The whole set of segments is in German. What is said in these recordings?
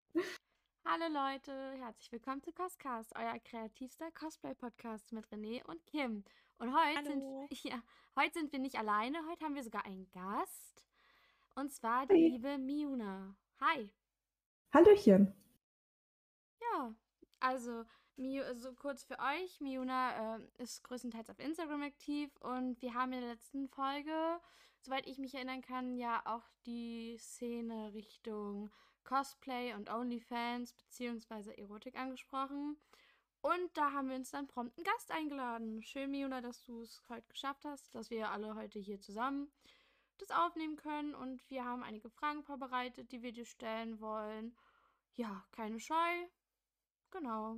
Hallo Leute, herzlich willkommen zu Coscast, euer kreativster Cosplay-Podcast mit René und Kim. Und heute sind, Hallo. ja, heute sind wir nicht alleine, heute haben wir sogar einen Gast. Und zwar die Hi. liebe Miuna. Hi. Hallöchen. Ja, also so kurz für euch. Miuna ist größtenteils auf Instagram aktiv und wir haben in der letzten Folge, soweit ich mich erinnern kann, ja auch die Szene Richtung Cosplay und OnlyFans bzw. Erotik angesprochen. Und da haben wir uns dann prompt einen Gast eingeladen. Schön, Miuna, dass du es heute geschafft hast, dass wir alle heute hier zusammen das aufnehmen können. Und wir haben einige Fragen vorbereitet, die wir dir stellen wollen. Ja, keine Scheu. Genau.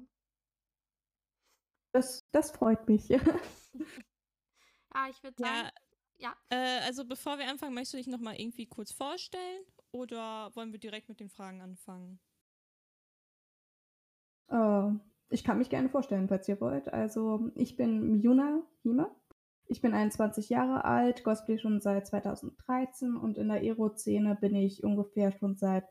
Das freut mich. Ja, ich würde sagen, Ja, ja. also bevor wir anfangen, möchtest du dich nochmal irgendwie kurz vorstellen oder wollen wir direkt mit den Fragen anfangen? Äh, Ich kann mich gerne vorstellen, falls ihr wollt. Also, ich bin Miyuna Hime. Ich bin 21 Jahre alt, cosplay schon seit 2013 und in der Ero-Szene bin ich ungefähr schon seit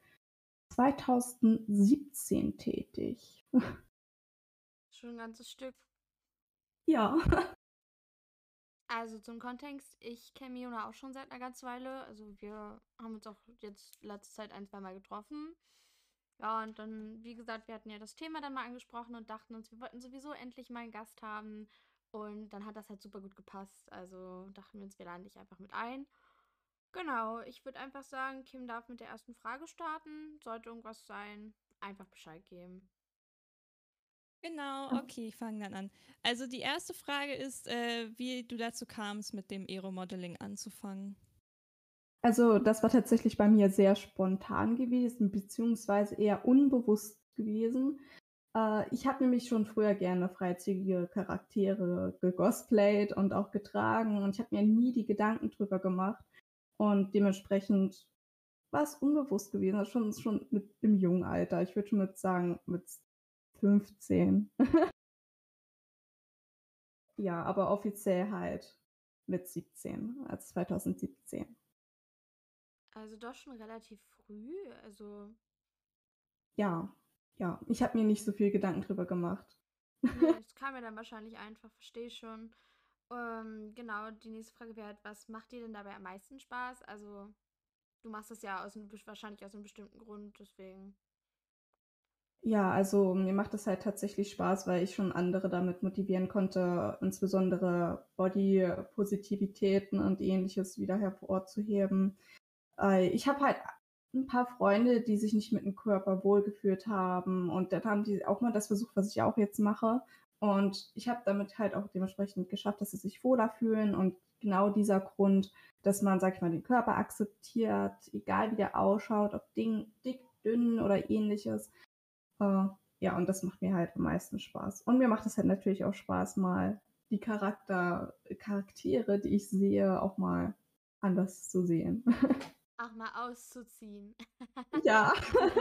2017 tätig. Schon ein ganzes Stück. Ja. Also zum Kontext, ich kenne Miona auch schon seit einer ganzen Weile. Also wir haben uns auch jetzt letzte Zeit ein, zwei Mal getroffen. Ja, und dann, wie gesagt, wir hatten ja das Thema dann mal angesprochen und dachten uns, wir wollten sowieso endlich mal einen Gast haben. Und dann hat das halt super gut gepasst. Also dachten wir uns, wir laden dich einfach mit ein. Genau, ich würde einfach sagen, Kim darf mit der ersten Frage starten. Sollte irgendwas sein, einfach Bescheid geben. Genau, okay, ich fange dann an. Also die erste Frage ist, wie du dazu kamst, mit dem Aero-Modeling anzufangen. Also, das war tatsächlich bei mir sehr spontan gewesen, beziehungsweise eher unbewusst gewesen. Ich habe nämlich schon früher gerne freizügige Charaktere gegosplayt und auch getragen und ich habe mir nie die Gedanken drüber gemacht und dementsprechend war es unbewusst gewesen, also schon mit im jungen Alter. Ich würde schon mit sagen, mit 15. Ja, aber offiziell halt mit 17, als 2017. Also doch schon relativ früh. Also, Ja, ja, ich habe mir nicht so viel Gedanken drüber gemacht. nee, es kam mir dann wahrscheinlich einfach, verstehe ich schon. Genau, die nächste Frage wäre halt, was macht dir denn dabei am meisten Spaß? Also, du machst das ja wahrscheinlich aus einem bestimmten Grund, deswegen. Ja, also mir macht es halt tatsächlich Spaß, weil ich schon andere damit motivieren konnte, insbesondere Body-Positivitäten und Ähnliches wieder hervorzuheben. Ich habe halt ein paar Freunde, die sich nicht mit dem Körper wohlgefühlt haben und dann haben die auch mal das versucht, was ich auch jetzt mache. Und ich habe damit halt auch dementsprechend geschafft, dass sie sich wohler fühlen und genau dieser Grund, dass man, sag ich mal, den Körper akzeptiert, egal wie der ausschaut, ob dick, dünn oder ähnliches. Äh, ja, und das macht mir halt am meisten Spaß. Und mir macht es halt natürlich auch Spaß, mal die Charaktere, die ich sehe, auch mal anders zu sehen. Auch mal auszuziehen. Ja,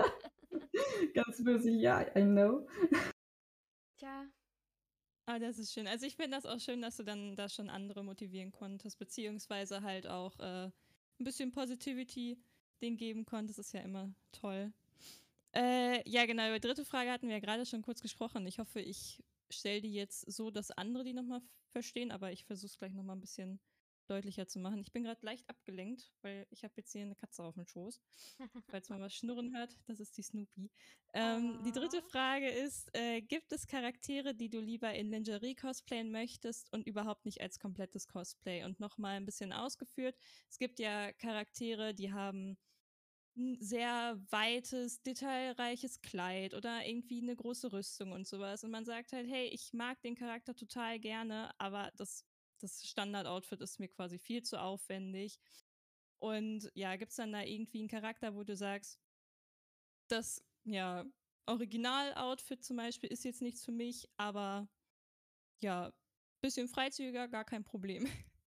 ganz böse, ja, I know. Tja, Ah, das ist schön. Also ich finde das auch schön, dass du dann da schon andere motivieren konntest, beziehungsweise halt auch ein bisschen Positivity denen geben konntest. Das ist ja immer toll. Ja, genau, über die dritte Frage hatten wir ja gerade schon kurz gesprochen. Ich hoffe, ich stelle die jetzt so, dass andere die nochmal verstehen, aber ich versuche es gleich nochmal ein bisschen deutlicher zu machen. Ich bin gerade leicht abgelenkt, weil ich habe jetzt hier eine Katze auf dem Schoß. Falls man was schnurren hört, das ist die Snoopy. Die dritte oh. Frage ist, gibt es Charaktere, die du lieber in Lingerie cosplayen möchtest und überhaupt nicht als komplettes Cosplay? Und nochmal ein bisschen ausgeführt, es gibt ja Charaktere, die haben ein sehr weites, detailreiches Kleid oder irgendwie eine große Rüstung und sowas. Und man sagt halt, hey, ich mag den Charakter total gerne, aber das Standard-Outfit ist mir quasi viel zu aufwendig. Und ja, gibt es dann da irgendwie einen Charakter, wo du sagst, das, ja, Original-Outfit zum Beispiel ist jetzt nichts für mich, aber ja, bisschen freizügiger, gar kein Problem.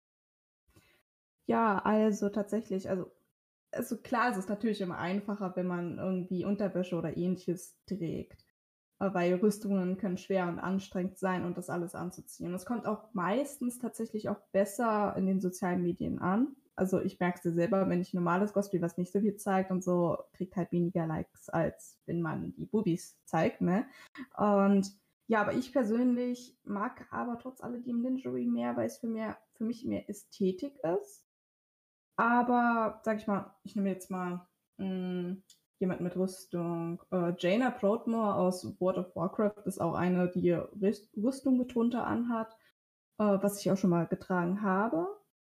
Ja, also tatsächlich, also klar, es ist natürlich immer einfacher, wenn man irgendwie Unterwäsche oder ähnliches trägt. Weil Rüstungen können schwer und anstrengend sein und das alles anzuziehen. Es kommt auch meistens tatsächlich auch besser in den sozialen Medien an. also ich merke es ja selber, wenn ich normales Cosplay, was nicht so viel zeigt und so, kriegt halt weniger Likes, als wenn man die Bubis zeigt, ne? Und ja, aber ich persönlich mag aber trotz alledem Lingerie mehr, weil es für mich mehr Ästhetik ist. Aber, sag ich mal, ich nehme jetzt mal jemand mit Rüstung. Jaina Proudmoore aus World of Warcraft ist auch eine, die Rüstung drunter anhat, was ich auch schon mal getragen habe.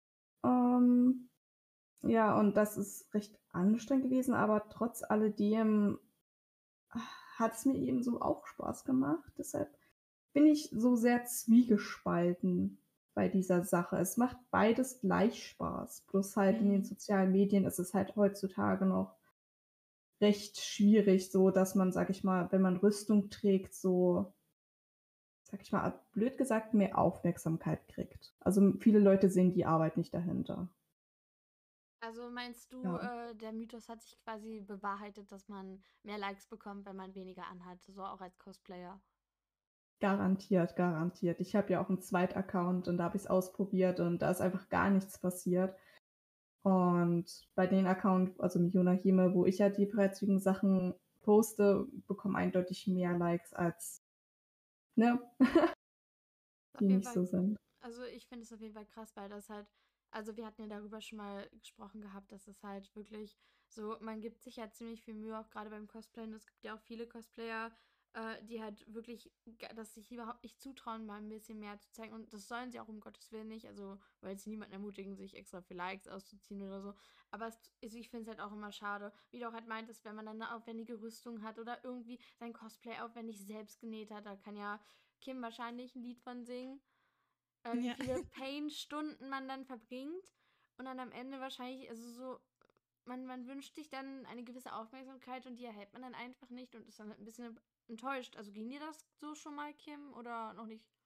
Ja, und das ist recht anstrengend gewesen, aber trotz alledem hat es mir eben so auch Spaß gemacht. Deshalb bin ich so sehr zwiegespalten bei dieser Sache. Es macht beides gleich Spaß. Bloß halt in den sozialen Medien ist es halt heutzutage noch recht schwierig, so dass man, sag ich mal, wenn man Rüstung trägt, so, sag ich mal, blöd gesagt, mehr Aufmerksamkeit kriegt. Also viele Leute sehen die Arbeit nicht dahinter. Also meinst du, Ja. der Mythos hat sich quasi bewahrheitet, dass man mehr Likes bekommt, wenn man weniger anhat, so auch als Cosplayer? Garantiert, garantiert. Ich habe ja auch einen Zweit-Account und da habe ich es ausprobiert und da ist einfach gar nichts passiert. Und bei den Account, also Miona Hime, wo ich ja die freizügigen Sachen poste, bekommen eindeutig mehr Likes als, ne, Auf die jeden nicht Fall, so sind. also ich finde es auf jeden Fall krass, weil das halt, also wir hatten ja darüber schon mal gesprochen gehabt, dass es halt wirklich so, man gibt sich ja ziemlich viel Mühe, auch gerade beim Cosplayen. Es gibt ja auch viele Cosplayer, die halt wirklich, dass sich überhaupt nicht zutrauen, mal ein bisschen mehr zu zeigen. Und das sollen sie auch um Gottes Willen nicht, also weil sie niemanden ermutigen, sich extra für Likes auszuziehen oder so. Aber also ich finde es halt auch immer schade, wie du auch halt meintest, wenn man dann eine aufwendige Rüstung hat oder irgendwie sein Cosplay aufwendig selbst genäht hat, da kann ja Kim wahrscheinlich ein Lied von singen, wie Ja. viele Pain-Stunden man dann verbringt und dann am Ende wahrscheinlich, also so, man wünscht sich dann eine gewisse Aufmerksamkeit und die erhält man dann einfach nicht und ist dann halt ein bisschen enttäuscht. Also ging dir das so schon mal, Kim, oder noch nicht?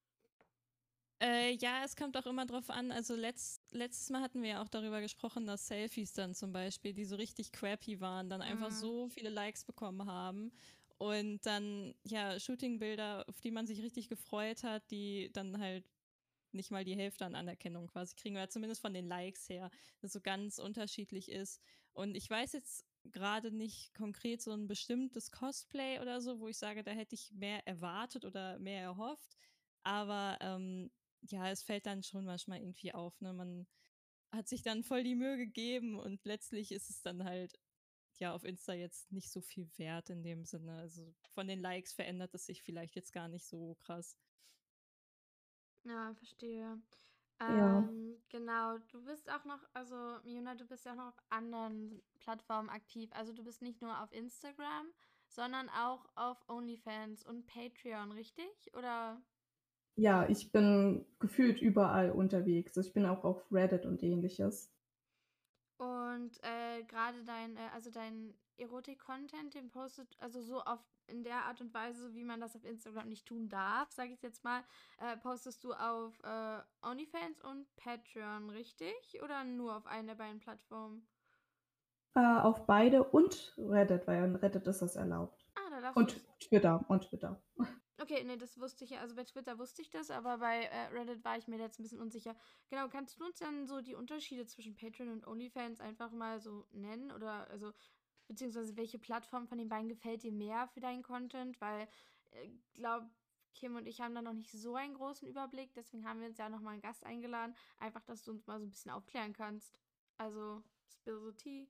Ja, es kommt auch immer drauf an. Also letztes Mal hatten wir ja auch darüber gesprochen, dass Selfies dann zum Beispiel, die so richtig crappy waren, dann einfach Mhm. so viele Likes bekommen haben. Und dann, ja, Shootingbilder, auf die man sich richtig gefreut hat, die dann halt nicht mal die Hälfte an Anerkennung quasi kriegen, oder zumindest von den Likes her, das so ganz unterschiedlich ist. Und ich weiß jetzt gerade nicht konkret so ein bestimmtes Cosplay oder so, wo ich sage, da hätte ich mehr erwartet oder mehr erhofft. Aber ja, es fällt dann schon manchmal irgendwie auf, ne? Man hat sich dann voll die Mühe gegeben und letztlich ist es dann halt ja auf Insta jetzt nicht so viel wert in dem Sinne. Also von den Likes verändert es sich vielleicht jetzt gar nicht so krass. Ja, verstehe. Ja. Genau, du bist auch noch, also Miona, du bist ja auch noch auf anderen Plattformen aktiv. Also du bist nicht nur auf Instagram, sondern auch auf OnlyFans und Patreon, richtig? Oder? Ja, ich bin gefühlt überall unterwegs. Ich bin auch auf Reddit und ähnliches. Und gerade also dein Erotik-Content, den postet, also so auf in der Art und Weise, so wie man das auf Instagram nicht tun darf, sage ich jetzt mal, postest du auf OnlyFans und Patreon, richtig? Oder nur auf einer der beiden Plattformen? Auf beide und Reddit, weil in Reddit ist das erlaubt. Ah, da darfst du Und es. Twitter, und Twitter. Okay, nee, das wusste ich ja. Also bei Twitter wusste ich das, aber bei Reddit war ich mir jetzt ein bisschen unsicher. Genau, kannst du uns dann so die Unterschiede zwischen Patreon und OnlyFans einfach mal so nennen? Oder also, beziehungsweise welche Plattform von den beiden gefällt dir mehr für deinen Content? Weil, glaube Kim und ich haben da noch nicht so einen großen Überblick, deswegen haben wir uns ja nochmal einen Gast eingeladen. Einfach, dass du uns mal so ein bisschen aufklären kannst. Also, Spill the Tea.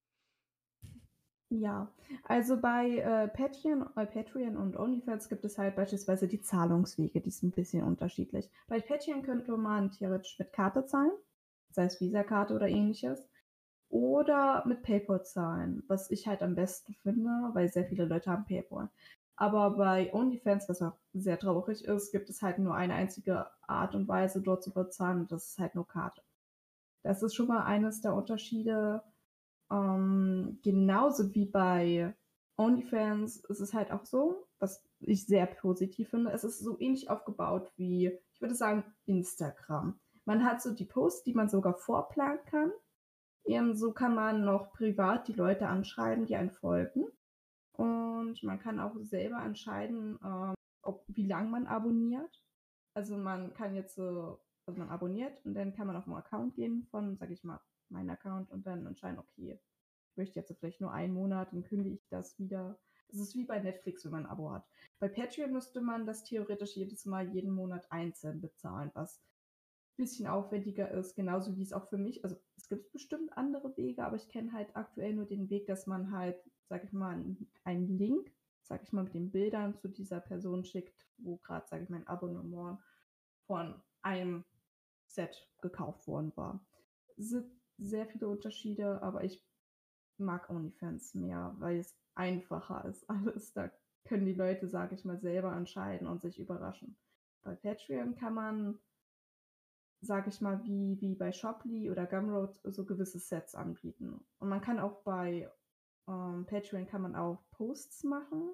Ja, also bei Patreon und OnlyFans gibt es halt beispielsweise die Zahlungswege, die sind ein bisschen unterschiedlich. Bei Patreon könnte man theoretisch mit Karte zahlen, sei es Visa-Karte oder ähnliches, oder mit PayPal zahlen, was ich halt am besten finde, weil sehr viele Leute haben PayPal. Aber bei OnlyFans, was auch sehr traurig ist, gibt es halt nur eine einzige Art und Weise, dort zu bezahlen, und das ist halt nur Karte. Das ist schon mal eines der Unterschiede. Genauso wie bei OnlyFans ist es halt auch so, was ich sehr positiv finde, es ist so ähnlich aufgebaut wie, ich würde sagen, Instagram. Man hat so die Posts, die man sogar vorplanen kann. So kann man noch privat die Leute anschreiben, die einen folgen. Und man kann auch selber entscheiden, wie lange man abonniert. Also man kann jetzt so Also man abonniert und dann kann man auf einen Account gehen von, sage ich mal, meinen Account und dann entscheiden, okay, ich möchte jetzt vielleicht nur einen Monat, dann kündige ich das wieder. Das ist wie bei Netflix, wenn man ein Abo hat. Bei Patreon müsste man das theoretisch jedes Mal jeden Monat einzeln bezahlen, was ein bisschen aufwendiger ist, genauso wie es auch für mich, also es gibt bestimmt andere Wege, aber ich kenne halt aktuell nur den Weg, dass man halt, sag ich mal, einen Link, sag ich mal, mit den Bildern zu dieser Person schickt, wo gerade, sag ich mal, ein Abonnement von einem Set gekauft worden war. Es sind sehr viele Unterschiede, aber ich mag OnlyFans mehr, weil es einfacher ist alles. Da können die Leute, sage ich mal, selber entscheiden und sich überraschen. Bei Patreon kann man, sage ich mal, wie bei Shoply oder Gumroad so gewisse Sets anbieten. Und man kann auch bei Patreon kann man auch Posts machen.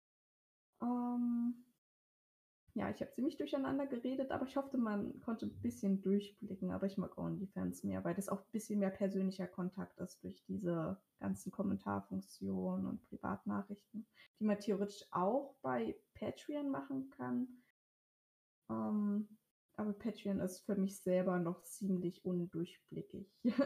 Ja, ich habe ziemlich durcheinander geredet, aber ich hoffe, man konnte ein bisschen durchblicken. Aber ich mag OnlyFans mehr, weil das auch ein bisschen mehr persönlicher Kontakt ist durch diese ganzen Kommentarfunktionen und Privatnachrichten, die man theoretisch auch bei Patreon machen kann. Aber Patreon ist für mich selber noch ziemlich undurchblickig.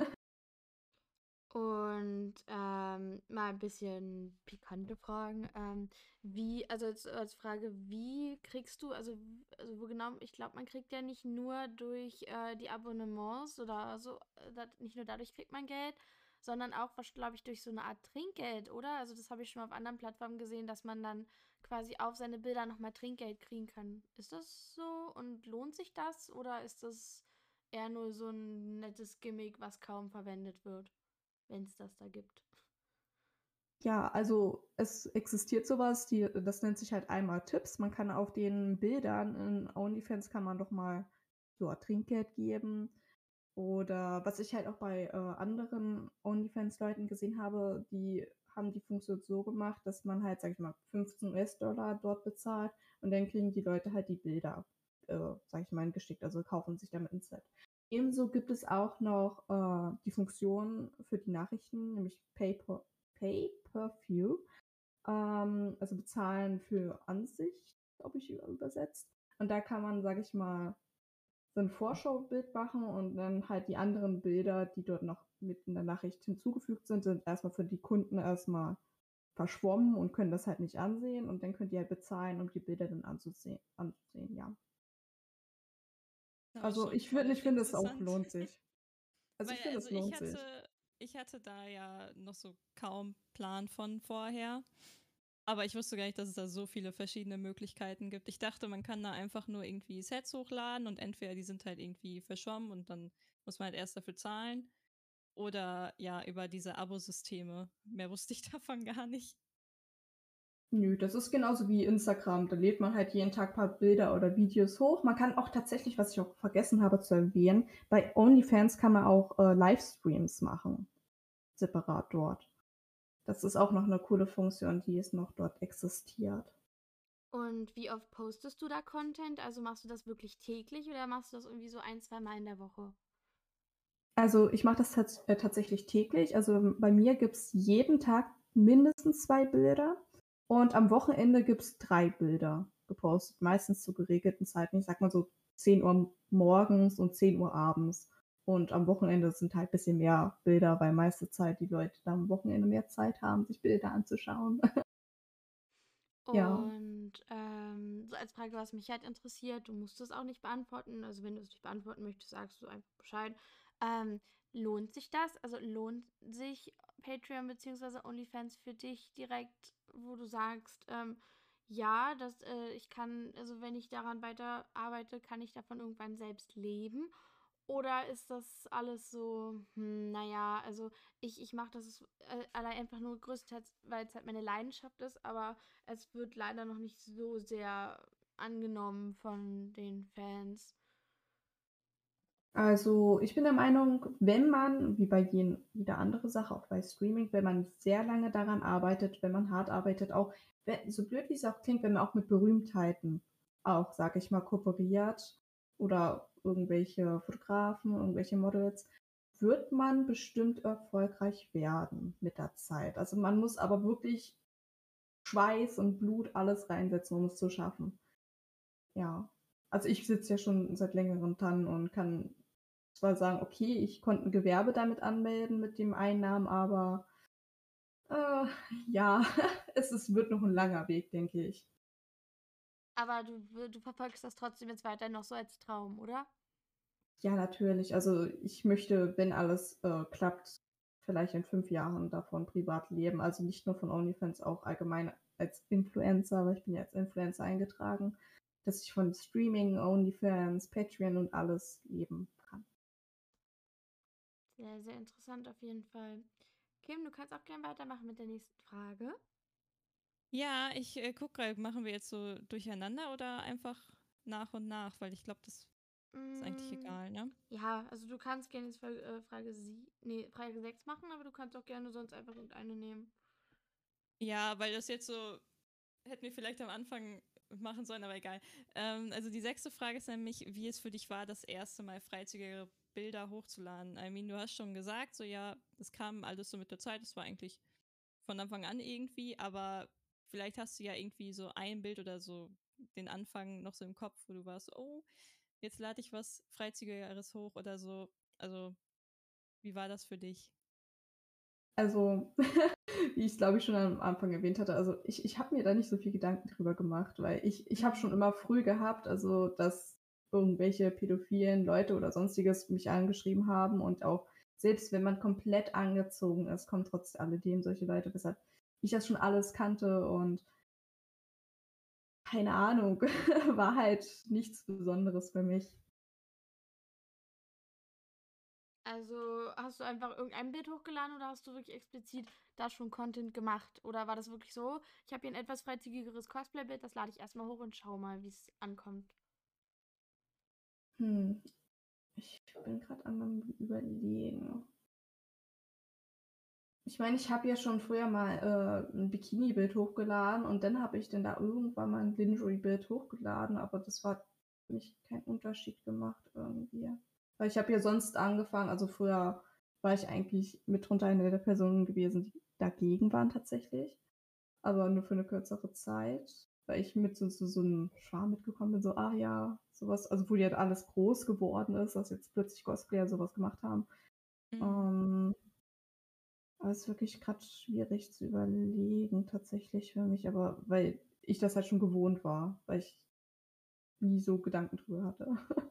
Und mal ein bisschen pikante Fragen. Also jetzt als Frage, wie kriegst du, also wo genau, ich glaube, man kriegt ja nicht nur durch die Abonnements oder so, nicht nur dadurch kriegt man Geld, sondern auch, was glaube ich, durch so eine Art Trinkgeld, oder? Also das habe ich schon mal auf anderen Plattformen gesehen, dass man dann quasi auf seine Bilder nochmal Trinkgeld kriegen kann. Ist das so und lohnt sich das oder ist das eher nur so ein nettes Gimmick, was kaum verwendet wird? Wenn es das da gibt. Ja, also es existiert sowas, das nennt sich halt einmal Tipps. Man kann auf den Bildern in OnlyFans kann man doch mal so Trinkgeld geben. Oder was ich halt auch bei anderen OnlyFans-Leuten gesehen habe, die haben die Funktion so gemacht, dass man halt, sag ich mal, 15 US-Dollar dort bezahlt und dann kriegen die Leute halt die Bilder, sag ich mal, geschickt, also kaufen sich damit ein Set. Ebenso gibt es auch noch die Funktion für die Nachrichten, nämlich Pay-per-View, also bezahlen für Ansicht, glaube ich, übersetzt. Und da kann man, sage ich mal, so ein Vorschaubild machen und dann halt die anderen Bilder, die dort noch mit in der Nachricht hinzugefügt sind, sind erstmal für die Kunden erstmal verschwommen und können das halt nicht ansehen und dann könnt ihr halt bezahlen, um die Bilder dann anzusehen, ja. Aber Also schon ich voll finde es auch interessant. lohnt sich. Also Weil, ich finde, also es lohnt sich. ich hatte da ja noch so kaum Plan von vorher. Aber ich wusste gar nicht, dass es da so viele verschiedene Möglichkeiten gibt. Ich dachte, man kann da einfach nur irgendwie Sets hochladen und entweder die sind halt irgendwie verschwommen und dann muss man halt erst dafür zahlen. Oder ja, über diese Abosysteme. Mehr wusste ich davon gar nicht. Nö, das ist genauso wie Instagram. Da lädt man halt jeden Tag ein paar Bilder oder Videos hoch. Man kann auch tatsächlich, was ich auch vergessen habe zu erwähnen, bei OnlyFans kann man auch Livestreams machen. Separat dort. Das ist auch noch eine coole Funktion, die es noch dort existiert. Und wie oft postest du da Content? Also machst du das wirklich täglich oder machst du das irgendwie so ein, zwei Mal in der Woche? Also ich mache das tatsächlich täglich. Also bei mir gibt es jeden Tag mindestens 2 Bilder und am Wochenende gibt es 3 Bilder gepostet, meistens zu geregelten Zeiten. Ich sag mal so 10 Uhr morgens und 10 Uhr abends. Und am Wochenende sind halt ein bisschen mehr Bilder, weil meiste Zeit die Leute da am Wochenende mehr Zeit haben, sich Bilder anzuschauen. Ja. Und so als Frage, was mich halt interessiert, du musst es auch nicht beantworten. Also wenn du es nicht beantworten möchtest, sagst du einfach Bescheid. Ähm, lohnt sich das? Also lohnt sich Patreon bzw. OnlyFans für dich direkt, wo du sagst, ja, ich kann, also wenn ich daran weiter arbeite, kann ich davon irgendwann selbst leben? Oder ist das alles so, naja, also ich mache das allein einfach nur größtenteils, weil es halt meine Leidenschaft ist, aber es wird leider noch nicht so sehr angenommen von den Fans. Also ich bin der Meinung, wenn man, wie bei jeder andere Sache, auch bei Streaming, wenn man sehr lange daran arbeitet, wenn man hart arbeitet, auch so blöd wie es auch klingt, wenn man auch mit Berühmtheiten auch, sag ich mal, kooperiert oder irgendwelche Fotografen, irgendwelche Models, wird man bestimmt erfolgreich werden mit der Zeit. Also man muss aber wirklich Schweiß und Blut alles reinsetzen, um es zu schaffen. Ja. also ich sitze ja schon seit längerem dran und kann zwar sagen, okay, ich konnte ein Gewerbe damit anmelden mit dem Einnahmen, aber äh, ja, wird noch ein langer Weg, denke ich. Aber du verfolgst das trotzdem jetzt weiterhin noch so als Traum, oder? Ja, natürlich. Also ich möchte, wenn alles klappt, vielleicht in 5 Jahren davon privat leben. Also nicht nur von OnlyFans, auch allgemein als Influencer, weil ich bin ja als Influencer eingetragen, dass ich von Streaming, OnlyFans, Patreon und alles leben kann. Sehr, sehr interessant auf jeden Fall. Kim, du kannst auch gerne weitermachen mit der nächsten Frage. Ja, ich gucke gerade, machen wir jetzt so durcheinander oder einfach nach und nach, weil ich glaube, das ist eigentlich Mm, egal, ne? ja, also du kannst gerne jetzt Frage 6 machen, aber du kannst auch gerne sonst einfach irgendeine nehmen. Ja, weil das jetzt so, hätten wir vielleicht am Anfang machen sollen, aber egal. Also die 6. Frage ist nämlich, wie es für dich war, das erste Mal freizügigere Bilder hochzuladen. I mean, du hast schon gesagt, so ja, das kam alles so mit der Zeit, das war eigentlich von Anfang an irgendwie, aber vielleicht hast du ja irgendwie so ein Bild oder so den Anfang noch so im Kopf, wo du warst, oh, jetzt lade ich was Freizügigeres hoch oder so. Also, wie war das für dich? Also, wie ich es glaube ich schon am Anfang erwähnt hatte, also ich habe mir da nicht so viel Gedanken drüber gemacht, weil ich habe schon immer früh gehabt, also dass irgendwelche pädophilen Leute oder sonstiges mich angeschrieben haben und auch selbst wenn man komplett angezogen ist, kommen trotz alledem solche Leute, weshalb ich das schon alles kannte und keine Ahnung, war halt nichts Besonderes für mich. Also hast du einfach irgendein Bild hochgeladen oder hast du wirklich explizit da schon Content gemacht? Oder war das wirklich so, ich habe hier ein etwas freizügigeres Cosplay-Bild, das lade ich erstmal hoch und schau mal, wie es ankommt. Hm, ich bin gerade am Überlegen. Ich meine, ich habe ja schon früher mal 'n Bikini-Bild hochgeladen und dann habe ich dann da irgendwann mal 'n Lingerie-Bild hochgeladen, aber das war für mich keinen Unterschied gemacht irgendwie. Weil ich habe ja sonst angefangen, also früher war ich eigentlich mit drunter eine der Personen gewesen, die dagegen waren tatsächlich, aber nur für eine kürzere Zeit, weil ich mit so 'nem Schwarm mitgekommen bin, so: „Ah ja, sowas“, also wo ja alles groß geworden ist, dass jetzt plötzlich Cosplayer sowas gemacht haben. Mhm. Ähm aber es ist wirklich gerade schwierig zu überlegen tatsächlich für mich, aber weil ich das halt schon gewohnt war, weil ich nie so Gedanken drüber hatte.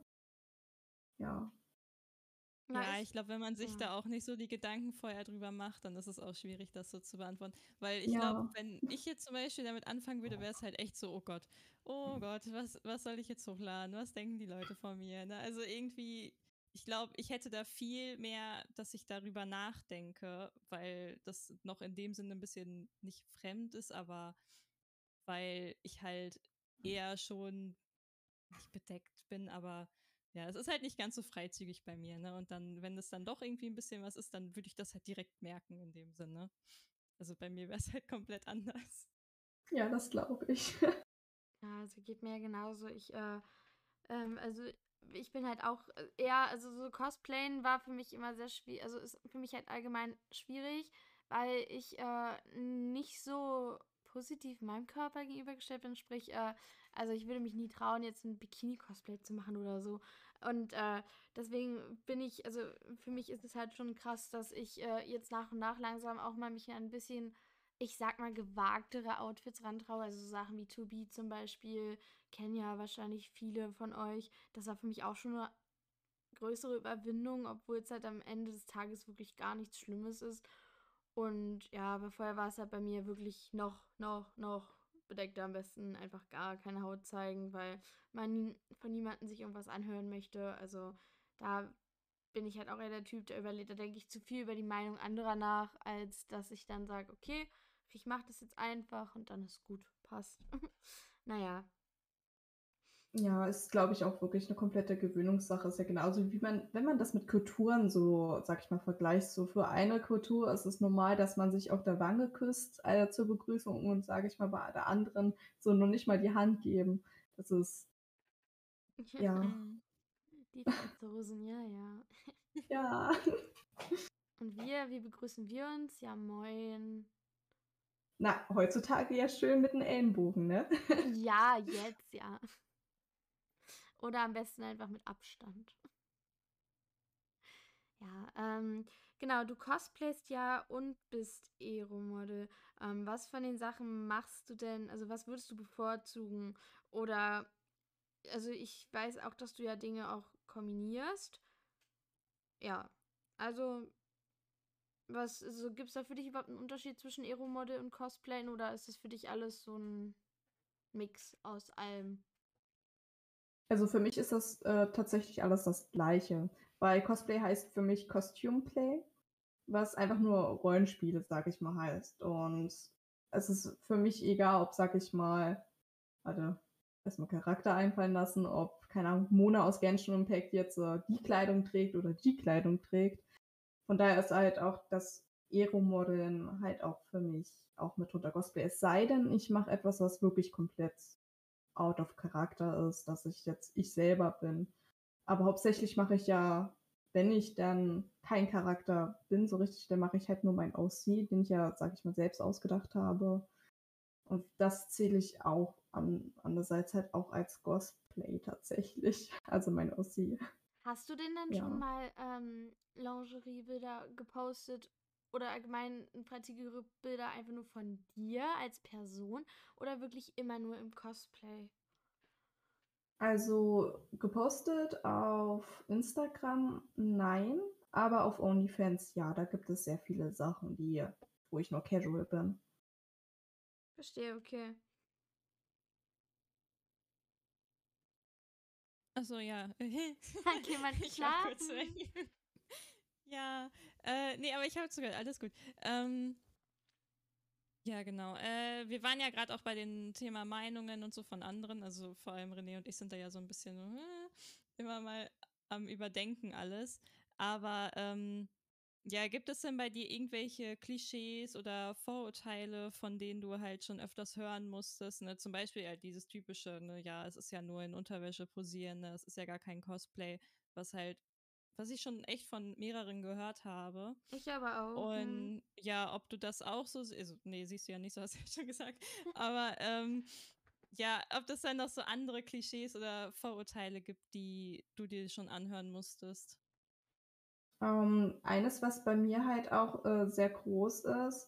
Ja. Na, Ja, ist. ich glaube, wenn man sich Ja. da auch nicht so die Gedanken vorher drüber macht, dann ist es auch schwierig, das so zu beantworten. Weil ich glaube, Ja. wenn ich jetzt zum Beispiel damit anfangen würde, wäre es halt echt so, oh Gott, was soll ich jetzt hochladen? Was denken die Leute von mir? Ne? Also irgendwie, ich glaube, ich hätte da viel mehr, dass ich darüber nachdenke, weil das noch in dem Sinne ein bisschen nicht fremd ist, aber weil ich halt eher schon nicht bedeckt bin, aber ja, es ist halt nicht ganz so freizügig bei mir, ne? Und dann, wenn es dann doch irgendwie ein bisschen was ist, dann würde ich das halt direkt merken in dem Sinne. Also bei mir wäre es halt komplett anders. Ja, das glaube ich. Ja, also geht mir ja genauso. Also ich bin halt auch eher, also so Cosplayen war für mich immer sehr schwierig, also ist für mich halt allgemein schwierig, weil ich nicht so positiv meinem Körper gegenübergestellt bin, sprich, also ich würde mich nie trauen, jetzt ein Bikini-Cosplay zu machen oder so. Und deswegen bin ich, also für mich ist es halt schon krass, dass ich jetzt nach und nach langsam auch mal mich ein bisschen, ich sag mal, gewagtere Outfits rantraue, also so Sachen wie To Be zum Beispiel, kennen ja wahrscheinlich viele von euch. Das war für mich auch schon eine größere Überwindung, obwohl es halt am Ende des Tages wirklich gar nichts Schlimmes ist. Und ja, aber vorher war es halt bei mir wirklich noch bedeckt, am besten einfach gar keine Haut zeigen, weil man von niemandem sich irgendwas anhören möchte. Also da bin ich halt auch eher der Typ, der überlegt, da denke ich zu viel über die Meinung anderer nach, als dass ich dann sage, okay, ich mache das jetzt einfach und dann ist gut, passt. Naja. Ja, ist, glaube ich, auch wirklich eine komplette Gewöhnungssache. Ist ja genauso wie man, wenn man das mit Kulturen so, sag ich mal, vergleicht, so für eine Kultur ist es normal, dass man sich auf der Wange küsst, zur Begrüßung und, sage ich mal, bei der anderen so noch nicht mal die Hand geben. Das ist, ja, Mhm. Die Franzosen, ja, ja. ja. Und wie begrüßen wir uns? Ja, moin. Na, heutzutage ja schön mit 'n Ellenbogen, ne? Ja, jetzt, ja. Oder am besten einfach mit Abstand. Ja, genau, du cosplayst ja und bist Aero-Model. Was von den Sachen machst du denn, also was würdest du bevorzugen? Oder, also ich weiß auch, dass du ja Dinge auch kombinierst. Ja, also was, also gibt es da für dich überhaupt einen Unterschied zwischen Aero-Model und Cosplayen oder ist es für dich alles so ein Mix aus allem? Also für mich ist das tatsächlich alles das Gleiche. Weil Cosplay heißt für mich Costume Play, was einfach nur Rollenspiele, sag ich mal, heißt. Und es ist für mich egal, ob, sag ich mal, warte, erstmal Charakter einfallen lassen, ob, keine Ahnung, Mona aus Genshin Impact jetzt die Kleidung trägt oder die Kleidung trägt. Von daher ist halt auch das Aero-Modeln halt auch für mich auch mitunter Cosplay. Es sei denn, ich mache etwas, was wirklich komplett out of Charakter ist, dass ich jetzt ich selber bin. Aber hauptsächlich mache ich ja, wenn ich dann kein Charakter bin, so richtig, dann mache ich halt nur mein OC, den ich ja, sag ich mal, selbst ausgedacht habe. Und das zähle ich auch andererseits halt auch als Cosplay tatsächlich. Also mein OC. Hast du denn dann schon Ja. mal Lingerie-Bilder gepostet oder allgemein freizügige Bilder einfach nur von dir als Person oder wirklich immer nur im Cosplay? Also gepostet auf Instagram, nein, aber auf OnlyFans, ja, da gibt es sehr viele Sachen, wo ich nur casual bin. Verstehe, okay. Achso, ja. Hat jemand Ich war kurz weg. geschlafen? Ja, nee, aber ich habe zugehört, alles gut. Ja, genau. Wir waren ja gerade auch bei dem Thema Meinungen und so von anderen. Also vor allem René und ich sind da ja so ein bisschen so, immer mal am Überdenken alles. Aber ja, gibt es denn bei dir irgendwelche Klischees oder Vorurteile, von denen du halt schon öfters hören musstest? Ne? Zum Beispiel ja dieses typische, ne, ja, es ist ja nur in Unterwäsche posieren, ne? Es ist ja gar kein Cosplay, was ich schon echt von mehreren gehört habe. Ich aber auch. Hm. Und ja, ob du das auch so, also, nee, siehst du ja nicht, so hast du ja schon gesagt. Aber ja, ob das dann noch so andere Klischees oder Vorurteile gibt, die du dir schon anhören musstest. Eines, was bei mir halt auch sehr groß ist,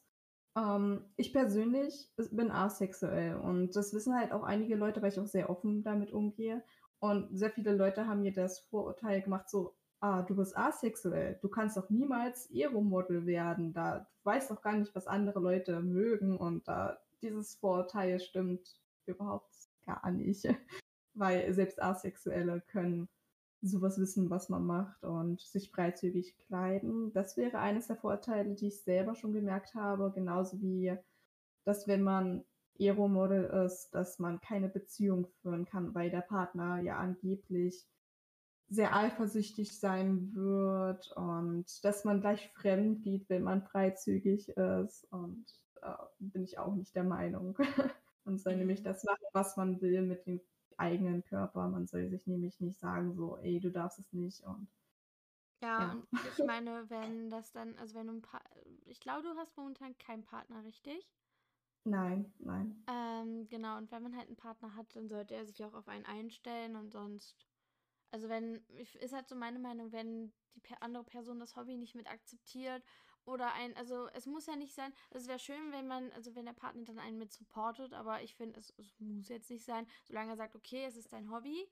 ich persönlich bin asexuell und das wissen halt auch einige Leute, weil ich auch sehr offen damit umgehe. Und sehr viele Leute haben mir das Vorurteil gemacht, so, du bist asexuell, du kannst doch niemals Aero-Model werden, da du weißt doch gar nicht, was andere Leute mögen und dieses Vorurteil stimmt überhaupt gar nicht, weil selbst Asexuelle können sowas wissen, was man macht und sich freizügig kleiden. Das wäre eines der Vorteile, die ich selber schon gemerkt habe, genauso wie, dass wenn man Aero-Model ist, dass man keine Beziehung führen kann, weil der Partner ja angeblich sehr eifersüchtig sein wird und dass man gleich fremd geht, wenn man freizügig ist und bin ich auch nicht der Meinung. Man soll nämlich Mhm. das machen, was man will mit dem eigenen Körper. Man soll sich nämlich nicht sagen so: „Ey, du darfst es nicht“ und Ja, ja. und ich meine, wenn das dann, also wenn du ein paar, ich glaube, du hast momentan keinen Partner, richtig? Nein, nein. Genau, und wenn man halt einen Partner hat, dann sollte er sich auch auf einen einstellen und sonst, also wenn, ist halt so meine Meinung, wenn die andere Person das Hobby nicht mit akzeptiert oder also es muss ja nicht sein, es wäre schön, wenn man, also wenn der Partner dann einen mit supportet, aber ich finde, es muss jetzt nicht sein, solange er sagt, okay, es ist dein Hobby,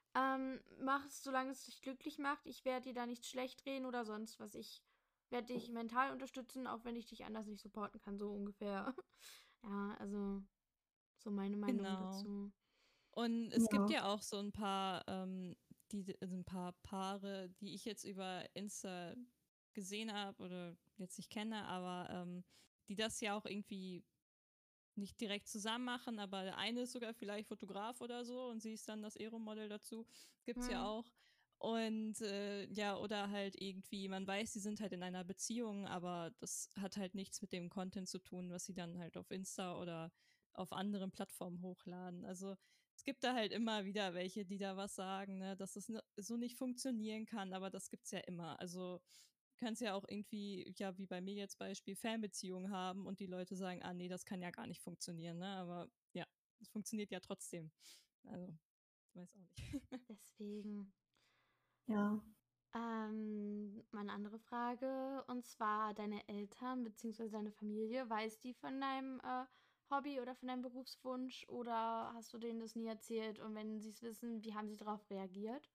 mach es, solange es dich glücklich macht, ich werde dir da nicht schlecht reden oder sonst was, ich werde dich mental unterstützen, auch wenn ich dich anders nicht supporten kann, so ungefähr. Ja, also so meine Meinung Genau. dazu. Und es gibt Ja. ja auch so ein paar, also ein paar Paare, die ich jetzt über Insta gesehen habe oder jetzt nicht kenne, aber die das ja auch irgendwie nicht direkt zusammen machen, aber der eine ist sogar vielleicht Fotograf oder so und sie ist dann das Aero-Model dazu. Gibt's ja Hm. auch. Und ja, oder halt irgendwie, man weiß, sie sind halt in einer Beziehung, aber das hat halt nichts mit dem Content zu tun, was sie dann halt auf Insta oder auf anderen Plattformen hochladen. Also es gibt da halt immer wieder welche, die da was sagen, ne, dass es so nicht funktionieren kann, aber das gibt's ja immer. Also kannst ja auch irgendwie, ja, wie bei mir jetzt Beispiel, Fernbeziehungen haben und die Leute sagen, nee, das kann ja gar nicht funktionieren, ne? Aber ja, es funktioniert ja trotzdem. Also, weiß auch nicht. Deswegen. Ja. Meine andere Frage, und zwar deine Eltern bzw. deine Familie, weiß die von deinem Hobby oder von deinem Berufswunsch oder hast du denen das nie erzählt? Und wenn sie es wissen, wie haben sie darauf reagiert?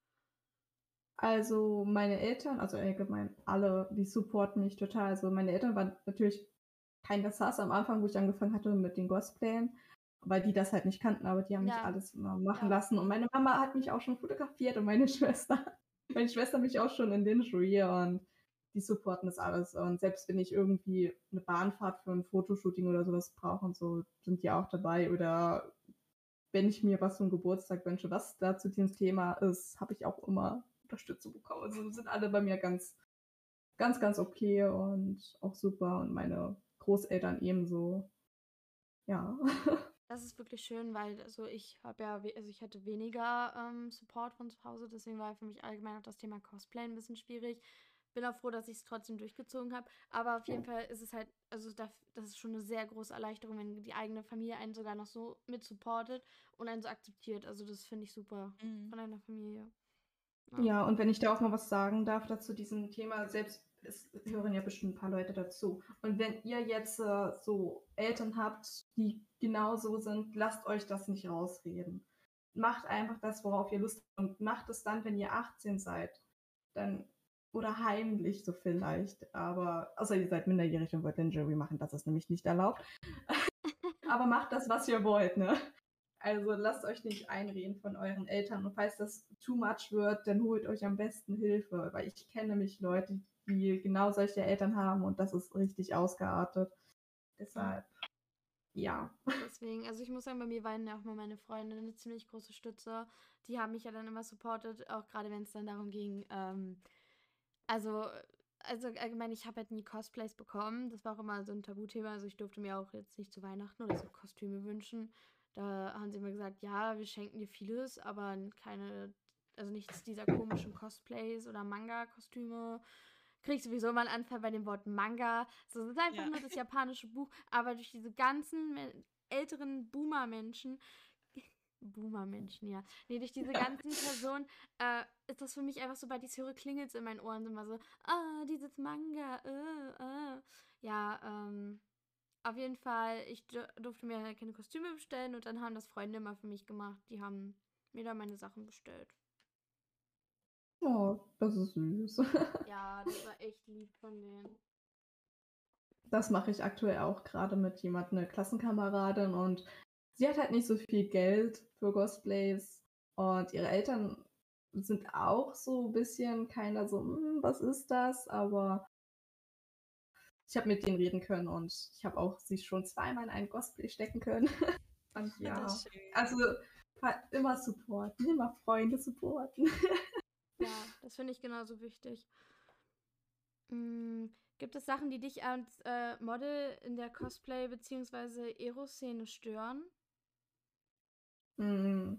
Also meine Eltern, also allgemein alle, die supporten mich total. Also meine Eltern waren natürlich kein Sass am Anfang, wo ich angefangen hatte mit den Cosplayen, weil die das halt nicht kannten, aber die haben mich Ja, alles immer machen ja. lassen. Und meine Mama hat mich auch schon fotografiert und meine Schwester. Meine Schwester mich auch schon in Lingerie und die supporten das alles. Und selbst wenn ich irgendwie eine Bahnfahrt für ein Fotoshooting oder sowas brauche und so, sind die auch dabei. Oder wenn ich mir was zum Geburtstag wünsche, was da zu diesem Thema ist, habe ich auch immer Unterstützung bekommen. Also sind alle bei mir ganz, ganz, ganz okay und auch super. Und meine Großeltern ebenso. Ja. Das ist wirklich schön, weil also ich habe ja, also ich hatte weniger Support von zu Hause, deswegen war für mich allgemein auch das Thema Cosplay ein bisschen schwierig. Bin auch froh, dass ich es trotzdem durchgezogen habe. Aber auf jeden Fall ist es halt, also das ist schon eine sehr große Erleichterung, wenn die eigene Familie einen sogar noch so mit supportet und einen so akzeptiert. Also das finde ich super von deiner Familie. Ja. Ja, und wenn ich da auch mal was sagen darf dazu diesem Thema, selbst es hören ja bestimmt ein paar Leute dazu. Und wenn ihr jetzt so Eltern habt, die genauso sind, lasst euch das nicht rausreden. Macht einfach das, worauf ihr Lust habt und macht es dann, wenn ihr 18 seid. Dann, oder heimlich so vielleicht, aber, außer ihr seid minderjährig und wollt Lingerie machen, das ist nämlich nicht erlaubt. Aber macht das, was ihr wollt, ne? Also lasst euch nicht einreden von euren Eltern. Und falls das too much wird, dann holt euch am besten Hilfe. Weil ich kenne nämlich Leute, die genau solche Eltern haben und das ist richtig ausgeartet. Deshalb, ja. Deswegen, also ich muss sagen, bei mir waren ja auch mal meine Freunde eine ziemlich große Stütze. Die haben mich ja dann immer supportet, auch gerade wenn es dann darum ging, also, also allgemein, ich habe halt nie Cosplays bekommen. Das war auch immer so ein Tabuthema. Also ich durfte mir auch jetzt nicht zu Weihnachten oder so Kostüme wünschen. Da haben sie immer gesagt, ja, wir schenken dir vieles, aber keine, also nichts dieser komischen Cosplays oder Manga-Kostüme. Krieg ich sowieso immer einen Anfall bei dem Wort Manga. So, es ist einfach Ja. nur das japanische Buch, aber durch diese ganzen älteren Boomer-Menschen, ja. Nee, durch diese ganzen Personen ist das für mich einfach, sobald ich es höre, klingelt es in meinen Ohren immer so, dieses Manga, Ja, auf jeden Fall, ich durfte mir halt keine Kostüme bestellen und dann haben das Freunde immer für mich gemacht. Die haben mir da meine Sachen bestellt. Oh, das ist süß. Ja, das war echt lieb von denen. Das mache ich aktuell auch gerade mit jemandem, eine Klassenkameradin, und sie hat halt nicht so viel Geld für Cosplays und ihre Eltern sind auch so ein bisschen keiner so, was ist das? Aber ich habe mit denen reden können und ich habe auch sie schon zweimal in ein Cosplay stecken können. Und ja, Das ist schön. also immer supporten, immer Freunde supporten. Ja, das finde ich genauso wichtig. Gibt es Sachen, die dich als Model in der Cosplay- bzw. Ero-Szene stören? Mm,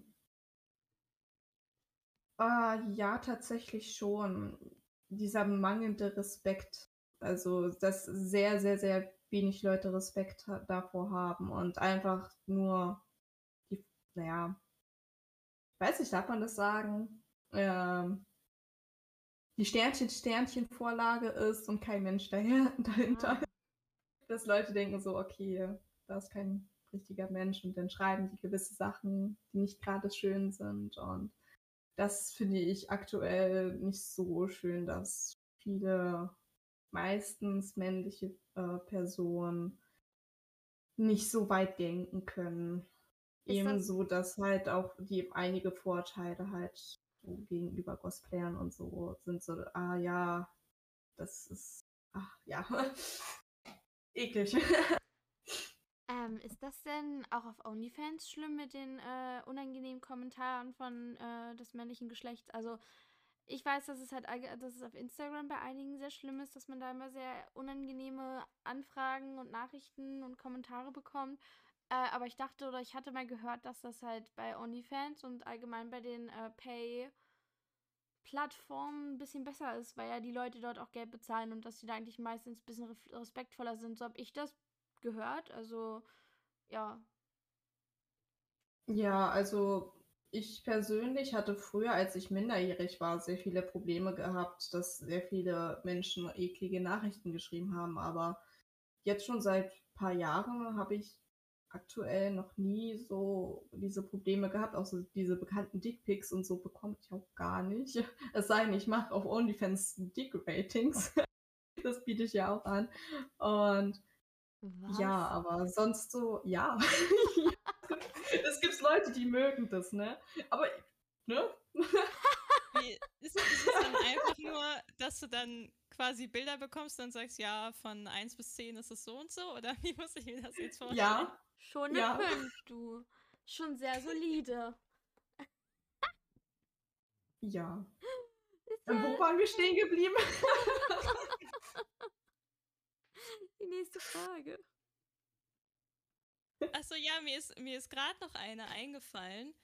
ja, tatsächlich schon. Dieser mangelnde Respekt. Also, dass sehr, sehr, sehr wenig Leute Respekt davor haben und einfach nur die, naja, ich weiß nicht, darf man das sagen? Die Sternchen-Sternchen-Vorlage ist und kein Mensch dahinter. Dass Leute denken so, okay, da ist kein richtiger Mensch und dann schreiben die gewisse Sachen, die nicht gerade schön sind, und das finde ich aktuell nicht so schön, dass viele, meistens männliche Personen nicht so weit denken können. Ist das, Ebenso, dass halt auch die einige Vorurteile halt so gegenüber Cosplayern und so sind, so, ja, das ist, ach ja, eklig. ist das denn auch auf OnlyFans schlimm mit den unangenehmen Kommentaren von des männlichen Geschlechts? Also ich weiß, dass es halt, dass es auf Instagram bei einigen sehr schlimm ist, dass man da immer sehr unangenehme Anfragen und Nachrichten und Kommentare bekommt. Aber ich dachte oder ich hatte mal gehört, dass das halt bei OnlyFans und allgemein bei den Pay-Plattformen ein bisschen besser ist, weil ja die Leute dort auch Geld bezahlen und dass die da eigentlich meistens ein bisschen respektvoller sind. So habe ich das gehört. Also, ja. Ja, also ich persönlich hatte früher, als ich minderjährig war, sehr viele Probleme gehabt, dass sehr viele Menschen eklige Nachrichten geschrieben haben. Aber jetzt schon seit ein paar Jahren habe ich aktuell noch nie so diese Probleme gehabt. Auch so diese bekannten Dickpics und so bekomme ich auch gar nicht. Es sei denn, ich mache auf OnlyFans Dick-Ratings. Das biete ich ja auch an. Und ja, Was? aber sonst so, ja. Es gibt Leute, die mögen das, ne? Aber, ne? Ist es dann einfach nur, dass du dann quasi Bilder bekommst und sagst, ja, von 1 bis 10 ist es so und so? Oder wie muss ich mir das jetzt vorstellen? Ja, Schon eine ja. 5, du. Schon sehr solide. Ja. Ist Wo waren wir stehen geblieben? die nächste Frage. Achso, ja, mir ist gerade noch eine eingefallen.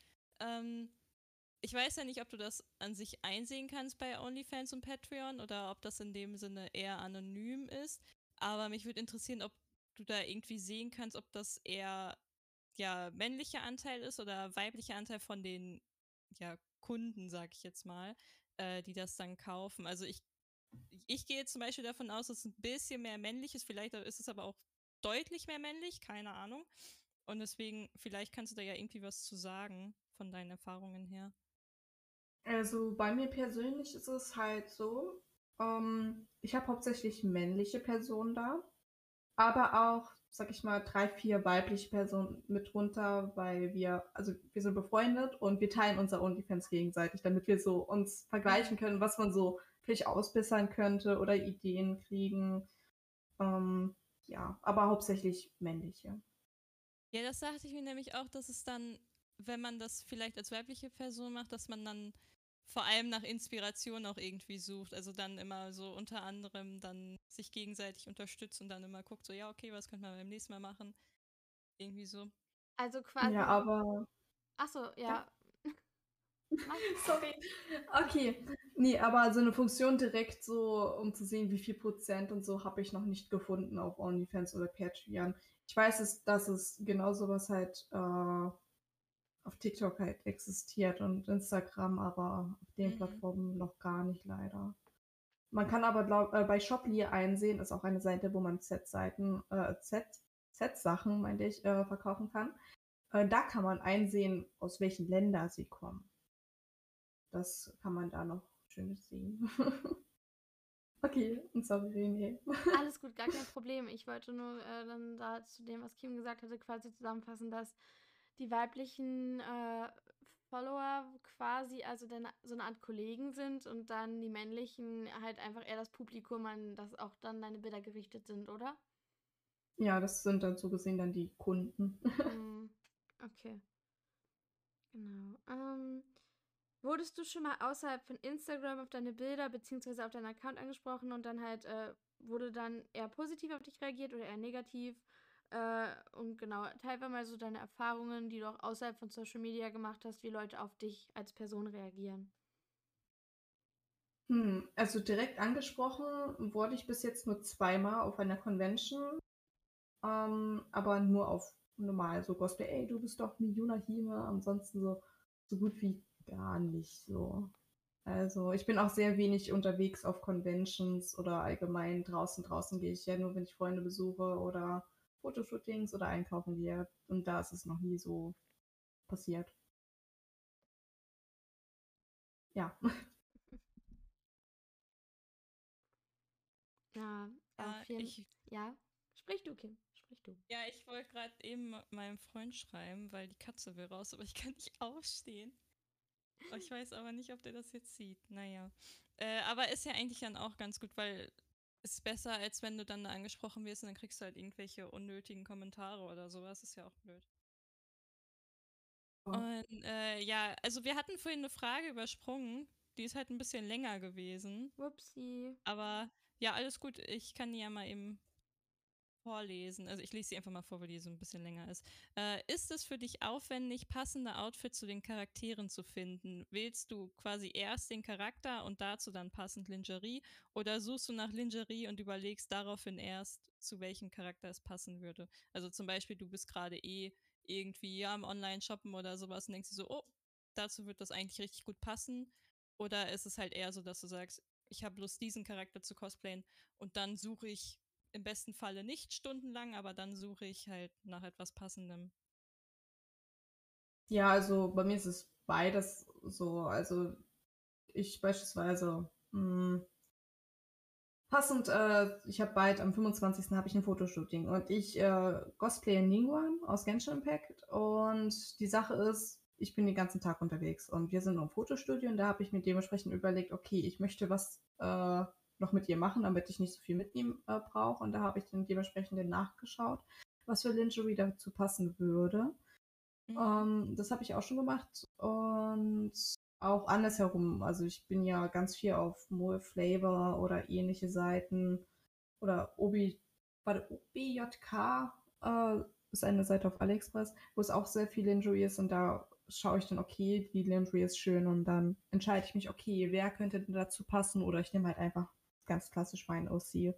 Ich weiß ja nicht, ob du das an sich einsehen kannst bei OnlyFans und Patreon oder ob das in dem Sinne eher anonym ist. Aber mich würde interessieren, ob du da irgendwie sehen kannst, ob das eher ja männlicher Anteil ist oder weiblicher Anteil von den ja, Kunden, sag ich jetzt mal, die das dann kaufen. Also ich gehe zum Beispiel davon aus, dass es ein bisschen mehr männlich ist. Vielleicht ist es aber auch deutlich mehr männlich, keine Ahnung. Und deswegen, vielleicht kannst du da ja irgendwie was zu sagen von deinen Erfahrungen her. Also bei mir persönlich ist es halt so, ich habe hauptsächlich männliche Personen da, aber auch, sag ich mal, 3, 4 weibliche Personen mit runter, weil also wir sind befreundet und wir teilen unser OnlyFans gegenseitig, damit wir so uns vergleichen können, was man so vielleicht ausbessern könnte oder Ideen kriegen. Ja, aber hauptsächlich männliche. Ja, das dachte ich mir nämlich auch, dass es dann, wenn man das vielleicht als weibliche Person macht, dass man dann vor allem nach Inspiration auch irgendwie sucht. Also dann immer so unter anderem dann sich gegenseitig unterstützt und dann immer guckt, so ja, okay, was könnte man beim nächsten Mal machen? Irgendwie so. Also Ja, quasi. aber Achso, ja. ja. Mach. Sorry. Okay. Nee, aber so eine Funktion direkt so, um zu sehen, wie viel Prozent und so, habe ich noch nicht gefunden auf OnlyFans oder Patreon. Ich weiß, dass es genau sowas halt auf TikTok halt existiert und Instagram, aber auf den Mhm. Plattformen noch gar nicht leider. Man kann aber bei Shoply einsehen, ist auch eine Seite, wo man Z-Sachen, meinte ich, verkaufen kann. Da kann man einsehen, aus welchen Ländern sie kommen. Das kann man da noch schönes sehen. Okay, und sorry, René. Alles gut, gar kein Problem. Ich wollte nur dann da zu dem, was Kim gesagt hatte, quasi zusammenfassen, dass die weiblichen Follower quasi also dann so eine Art Kollegen sind und dann die männlichen halt einfach eher das Publikum, an das auch dann deine Bilder gerichtet sind, oder? Ja, das sind dann so gesehen dann die Kunden. Hm, okay, genau. Wurdest du schon mal außerhalb von Instagram auf deine Bilder beziehungsweise auf deinen Account angesprochen und dann halt wurde dann eher positiv auf dich reagiert oder eher negativ? Und genau, teilweise mal so deine Erfahrungen, die du auch außerhalb von Social Media gemacht hast, wie Leute auf dich als Person reagieren. Also direkt angesprochen wurde ich bis jetzt nur zweimal auf einer Convention, aber nur auf normal, so Gospel, ey, du bist doch Miyuna Hime, ansonsten so gut wie gar nicht so. Also ich bin auch sehr wenig unterwegs auf Conventions oder allgemein draußen gehe ich ja nur, wenn ich Freunde besuche oder Fotoshootings oder einkaufen gehe. Und da ist es noch nie so passiert. Ja. Ja, Ja, auf jeden Fall. Ja, sprich du, Kim. Sprich du. ich wollte gerade eben meinem Freund schreiben, weil die Katze will raus, aber ich kann nicht aufstehen. Ich weiß aber nicht, ob der das jetzt sieht. Naja. Aber ist ja eigentlich dann auch ganz gut, weil es ist besser, als wenn du dann angesprochen wirst und dann kriegst du halt irgendwelche unnötigen Kommentare oder sowas. Ist ja auch blöd. Und ja, also wir hatten vorhin eine Frage übersprungen. Die ist halt ein bisschen länger gewesen. Whoopsie. Aber ja, alles gut. Ich kann die ja mal eben vorlesen. Also ich lese sie einfach mal vor, weil die so ein bisschen länger ist. Ist es für dich aufwendig, passende Outfits zu den Charakteren zu finden? Wählst du quasi erst den Charakter und dazu dann passend Lingerie? Oder suchst du nach Lingerie und überlegst daraufhin erst, zu welchem Charakter es passen würde? Also zum Beispiel, du bist gerade irgendwie ja, im Online-Shoppen oder sowas und denkst dir so, oh, dazu wird das eigentlich richtig gut passen? Oder ist es halt eher so, dass du sagst, ich habe Lust, diesen Charakter zu cosplayen und dann suche ich im besten Falle nicht stundenlang, aber dann suche ich halt nach etwas Passendem. Ja, also bei mir ist es beides so. Also ich beispielsweise passend, ich habe bald am 25. habe ich ein Fotoshooting und ich cosplaye Ningguang aus Genshin Impact und die Sache ist, ich bin den ganzen Tag unterwegs und wir sind im Fotostudio und da habe ich mir dementsprechend überlegt, okay, ich möchte was noch mit ihr machen, damit ich nicht so viel mitnehmen brauche und da habe ich dann dementsprechend nachgeschaut, was für Lingerie dazu passen würde. Das habe ich auch schon gemacht und auch andersherum. Also ich bin ja ganz viel auf Mole Flavor oder ähnliche Seiten oder OBJK ist eine Seite auf AliExpress, wo es auch sehr viel Lingerie ist und da schaue ich dann, okay, die Lingerie ist schön und dann entscheide ich mich, okay, wer könnte denn dazu passen oder ich nehme halt einfach ganz klassisch meinen OC.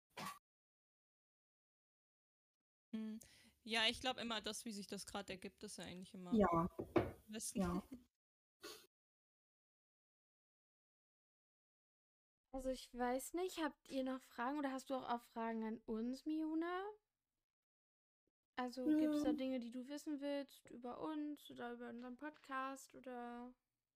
Ja, ich glaube immer, das, wie sich das gerade ergibt, ist ja eigentlich immer Ja, am besten. ja. Also ich weiß nicht, habt ihr noch Fragen oder hast du auch Fragen an uns, Miuna? Also gibt es da Hm, Dinge, die du wissen willst über uns oder über unseren Podcast oder?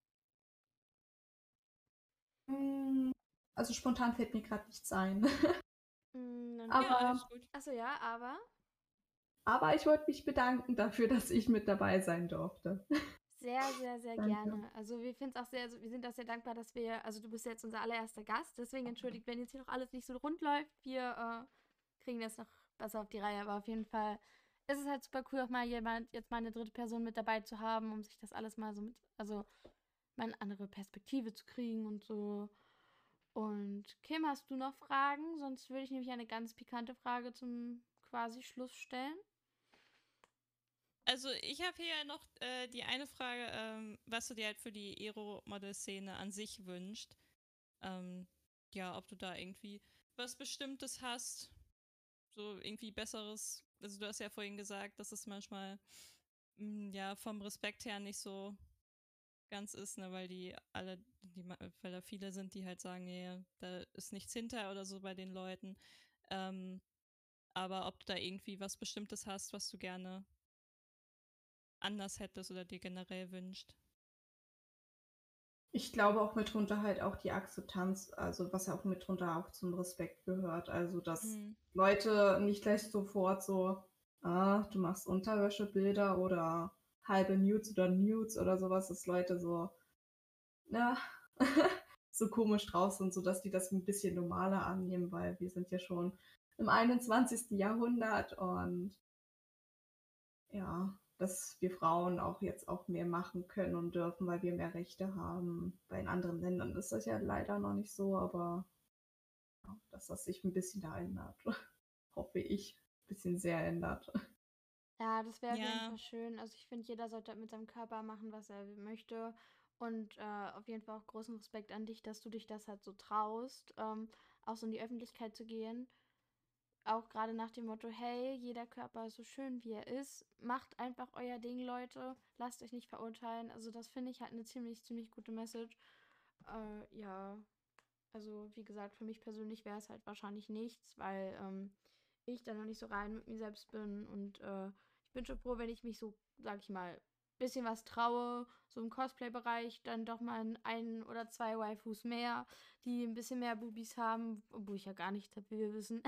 hm, also spontan fällt mir gerade nichts ein. Dann. Ja, Aber alles gut. Achso, ja, aber. Aber ich wollte mich bedanken dafür, dass ich mit dabei sein durfte. Sehr, sehr, sehr Danke. gerne. Also wir finden es auch sehr, also wir sind auch sehr dankbar, dass wir, also du bist jetzt unser allererster Gast, deswegen entschuldigt, wenn jetzt hier noch alles nicht so rund läuft. Wir kriegen das noch besser auf die Reihe, aber auf jeden Fall ist es halt super cool, auch mal jemand, jetzt mal eine dritte Person mit dabei zu haben, um sich das alles mal so mit, also mal eine andere Perspektive zu kriegen und so. Und Kim, hast du noch Fragen? Sonst würde ich nämlich eine ganz pikante Frage zum quasi Schluss stellen. Also ich habe hier noch die eine Frage, was du dir halt für die Aero-Model-Szene an sich wünscht. Ähm, ja, ob du da irgendwie was Bestimmtes hast, so irgendwie Besseres. Also du hast ja vorhin gesagt, dass es manchmal ja vom Respekt her nicht so ganz ist, ne, weil die alle, weil da viele sind, die halt sagen, ja, da ist nichts hinter oder so bei den Leuten. Ähm, aber ob du da irgendwie was Bestimmtes hast, was du gerne anders hättest oder dir generell wünscht. Ich glaube auch mitunter halt auch die Akzeptanz, also was ja auch mitunter auch zum Respekt gehört. Also dass Mhm. Leute nicht gleich sofort so, du machst Unterwäschebilder oder halbe Nudes oder sowas, dass Leute so, ja, so komisch drauf sind, sodass die das ein bisschen normaler annehmen, weil wir sind ja schon im 21. Jahrhundert und ja, dass wir Frauen auch jetzt auch mehr machen können und dürfen, weil wir mehr Rechte haben. Bei den anderen Ländern ist das ja leider noch nicht so, aber ja, dass das sich ein bisschen da ändert, hoffe ich, ein bisschen sehr ändert. Ja, das wäre auf jeden Ja, Fall schön. Also ich finde, jeder sollte mit seinem Körper machen, was er möchte. Und auf jeden Fall auch großen Respekt an dich, dass du dich das halt so traust, auch so in die Öffentlichkeit zu gehen. Auch gerade nach dem Motto, hey, jeder Körper ist so schön, wie er ist. Macht einfach euer Ding, Leute. Lasst euch nicht verurteilen. Also das finde ich halt eine ziemlich, ziemlich gute Message. Ja, also wie gesagt, für mich persönlich wäre es halt wahrscheinlich nichts, weil ich da noch nicht so rein mit mir selbst bin. Und ich bin schon froh, wenn ich mich so, sag ich mal, bisschen was traue, so im Cosplay-Bereich, dann doch mal ein oder zwei Waifus mehr, die ein bisschen mehr Bubis haben, obwohl ich ja gar nichts habe, wie wir wissen.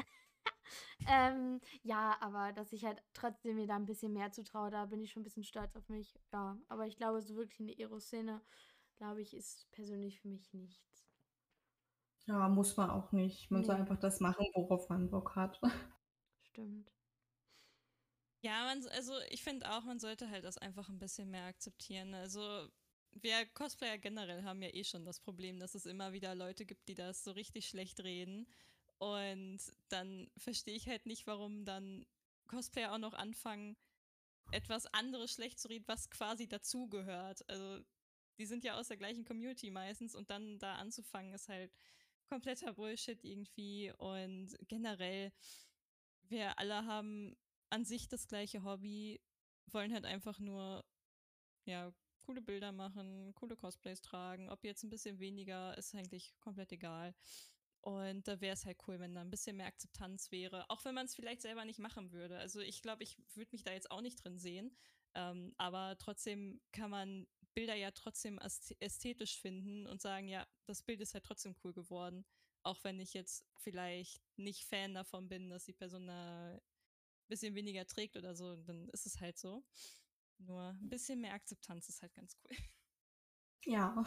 Ja, aber dass ich halt trotzdem mir da ein bisschen mehr zutraue, da bin ich schon ein bisschen stolz auf mich. Ja, aber ich glaube, so wirklich in die Ero-Szene, glaube ich, ist persönlich für mich nichts. Ja, muss man auch nicht. Man soll Nee, einfach das machen, worauf man Bock hat. stimmt. ja, also ich finde auch, man sollte halt das einfach ein bisschen mehr akzeptieren. Also wir Cosplayer generell haben ja eh schon das Problem, dass es immer wieder Leute gibt, die das so richtig schlecht reden. Und dann verstehe ich halt nicht, warum dann Cosplayer auch noch anfangen, etwas anderes schlecht zu reden, was quasi dazugehört. Also die sind ja aus der gleichen Community meistens und dann da anzufangen, ist halt kompletter Bullshit irgendwie. Und generell, wir alle haben an sich das gleiche Hobby, wollen halt einfach nur, ja, coole Bilder machen, coole Cosplays tragen. Ob jetzt ein bisschen weniger, ist eigentlich komplett egal. Und da wäre es halt cool, wenn da ein bisschen mehr Akzeptanz wäre, auch wenn man es vielleicht selber nicht machen würde. Also ich glaube, ich würde mich da jetzt auch nicht drin sehen, aber trotzdem kann man Bilder ja trotzdem ästhetisch finden und sagen, ja, das Bild ist halt trotzdem cool geworden, auch wenn ich jetzt vielleicht nicht Fan davon bin, dass die Person da ein bisschen weniger trägt oder so, dann ist es halt so. Nur ein bisschen mehr Akzeptanz ist halt ganz cool. Ja.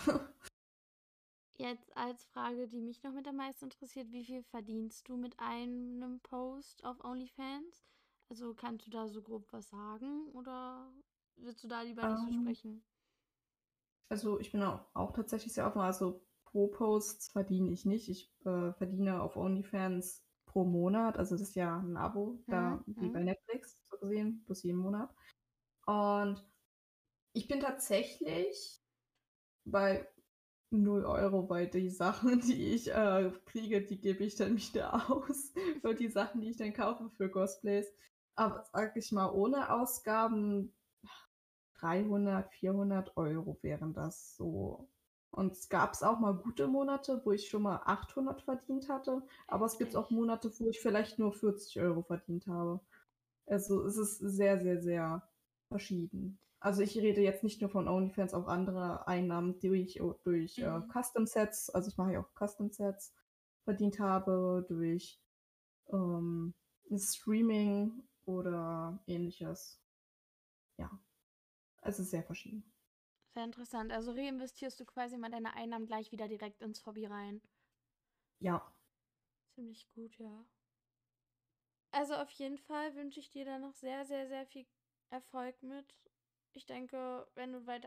Jetzt als Frage, die mich noch mit am meisten interessiert, wie viel verdienst du mit einem Post auf OnlyFans? Also kannst du da so grob was sagen oder willst du da lieber nicht so Ähm, sprechen? also ich bin auch tatsächlich sehr offen. Also pro Posts verdiene ich nicht. Ich verdiene auf OnlyFans pro Monat. Also das ist ja ein Abo, da wie bei Netflix so gesehen, plus jeden Monat. Und ich bin tatsächlich bei 0 € bei die Sachen, die ich kriege, die gebe ich dann wieder aus. Für die Sachen, die ich dann kaufe für Cosplays. Aber sag ich mal, ohne Ausgaben 300, 400 € wären das so. Und es gab auch mal gute Monate, wo ich schon mal 800 verdient hatte. Aber es gibt auch Heftig. Monate, wo ich vielleicht nur 40 € verdient habe. Also es ist sehr, sehr, sehr verschieden. Also ich rede jetzt nicht nur von OnlyFans, auch andere Einnahmen, die ich durch Custom Sets, also ich mache ja auch Custom Sets, verdient habe, durch ähm, Streaming oder ähnliches. Ja, also sehr verschieden. Sehr interessant. Also reinvestierst du quasi mal deine Einnahmen gleich wieder direkt ins Hobby rein. Ja, Ziemlich gut, ja. Also auf jeden Fall wünsche ich dir da noch sehr, sehr, sehr viel Erfolg mit. Ich denke, wenn du weiter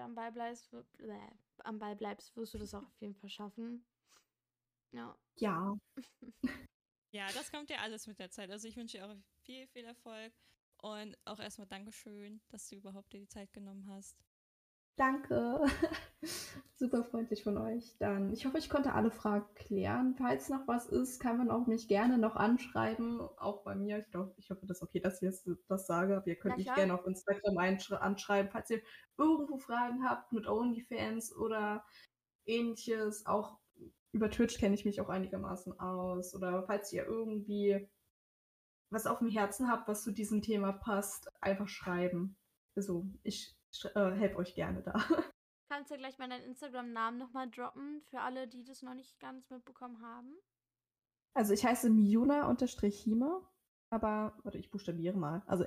am Ball bleibst, wirst du das auch auf jeden Fall schaffen. Ja. ja, Ja, das kommt ja alles mit der Zeit. Also ich wünsche dir auch viel, viel Erfolg und auch erstmal Dankeschön, dass du überhaupt dir die Zeit genommen hast. danke. Super freundlich von euch. Dann, ich hoffe, ich konnte alle Fragen klären. Falls noch was ist, kann man auch mich gerne noch anschreiben. Auch bei mir. Ich hoffe, das ist okay, dass ich jetzt das sage. Aber ihr Na könnt mich klar. gerne auf Instagram anschreiben, falls ihr irgendwo Fragen habt mit OnlyFans oder ähnliches. Auch über Twitch kenne ich mich auch einigermaßen aus. Oder falls ihr irgendwie was auf dem Herzen habt, was zu diesem Thema passt, einfach schreiben. Also, ich helfe euch gerne da. Kannst du gleich mal deinen Instagram-Namen nochmal droppen, für alle, die das noch nicht ganz mitbekommen haben? Also ich heiße Miyuna-Hime, aber warte, ich buchstabiere mal. Also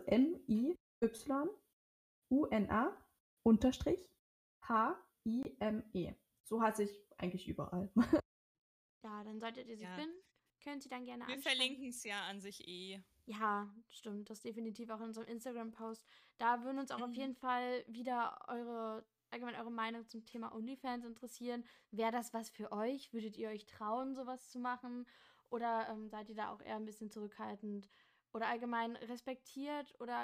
MIYUNA-Hime. So heiße ich eigentlich überall. Ja, dann solltet ihr sie Ja, finden. Könnt ihr dann gerne wir anschreiben. verlinken es ja an sich eh. Ja, stimmt. Das definitiv auch in unserem Instagram-Post. Da würden uns auch auf jeden Fall wieder allgemein eure Meinung zum Thema OnlyFans interessieren. Wäre das was für euch? Würdet ihr euch trauen, sowas zu machen? Oder seid ihr da auch eher ein bisschen zurückhaltend? Oder allgemein respektiert oder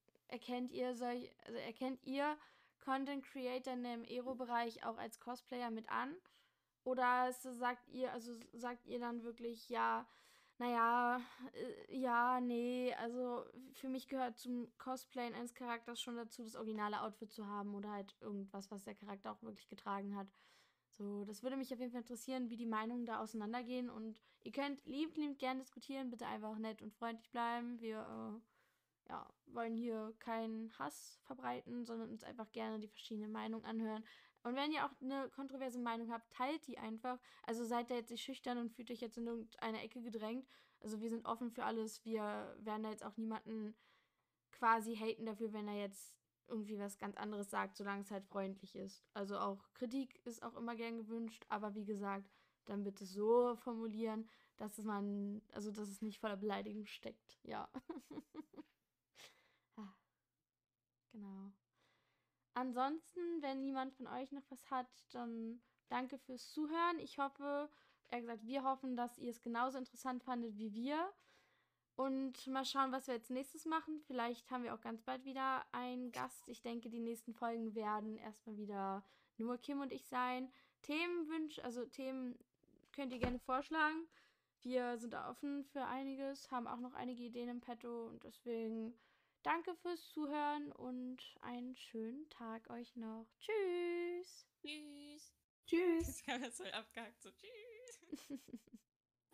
erkennt ihr Content Creator im Aero-Bereich auch als Cosplayer mit an? Oder sagt ihr dann wirklich, ja, naja, ja, nee, also für mich gehört zum Cosplayen eines Charakters schon dazu, das originale Outfit zu haben oder halt irgendwas, was der Charakter auch wirklich getragen hat. So, das würde mich auf jeden Fall interessieren, wie die Meinungen da auseinandergehen und ihr könnt lieb gern diskutieren, bitte einfach nett und freundlich bleiben. Wir ja, wollen hier keinen Hass verbreiten, sondern uns einfach gerne die verschiedenen Meinungen anhören. Und wenn ihr auch eine kontroverse Meinung habt, teilt die einfach. Also seid da jetzt nicht schüchtern und fühlt euch jetzt in irgendeine Ecke gedrängt. Also wir sind offen für alles. Wir werden da jetzt auch niemanden quasi haten dafür, wenn er jetzt irgendwie was ganz anderes sagt, solange es halt freundlich ist. Also auch Kritik ist auch immer gern gewünscht, aber wie gesagt, dann bitte so formulieren, dass es nicht voller Beleidigung steckt. Ja. Ah, genau. Ansonsten, wenn niemand von euch noch was hat, dann danke fürs Zuhören. Ich hoffe, eher gesagt, wir hoffen, dass ihr es genauso interessant fandet wie wir. Und mal schauen, was wir jetzt nächstes machen. Vielleicht haben wir auch ganz bald wieder einen Gast. Ich denke, die nächsten Folgen werden erstmal wieder nur Kim und ich sein. Themen könnt ihr gerne vorschlagen. Wir sind da offen für einiges, haben auch noch einige Ideen im Petto und deswegen danke fürs Zuhören und einen schönen Tag euch noch. Tschüss. Tschüss. Tschüss. Jetzt haben wir es voll abgehakt. So, tschüss.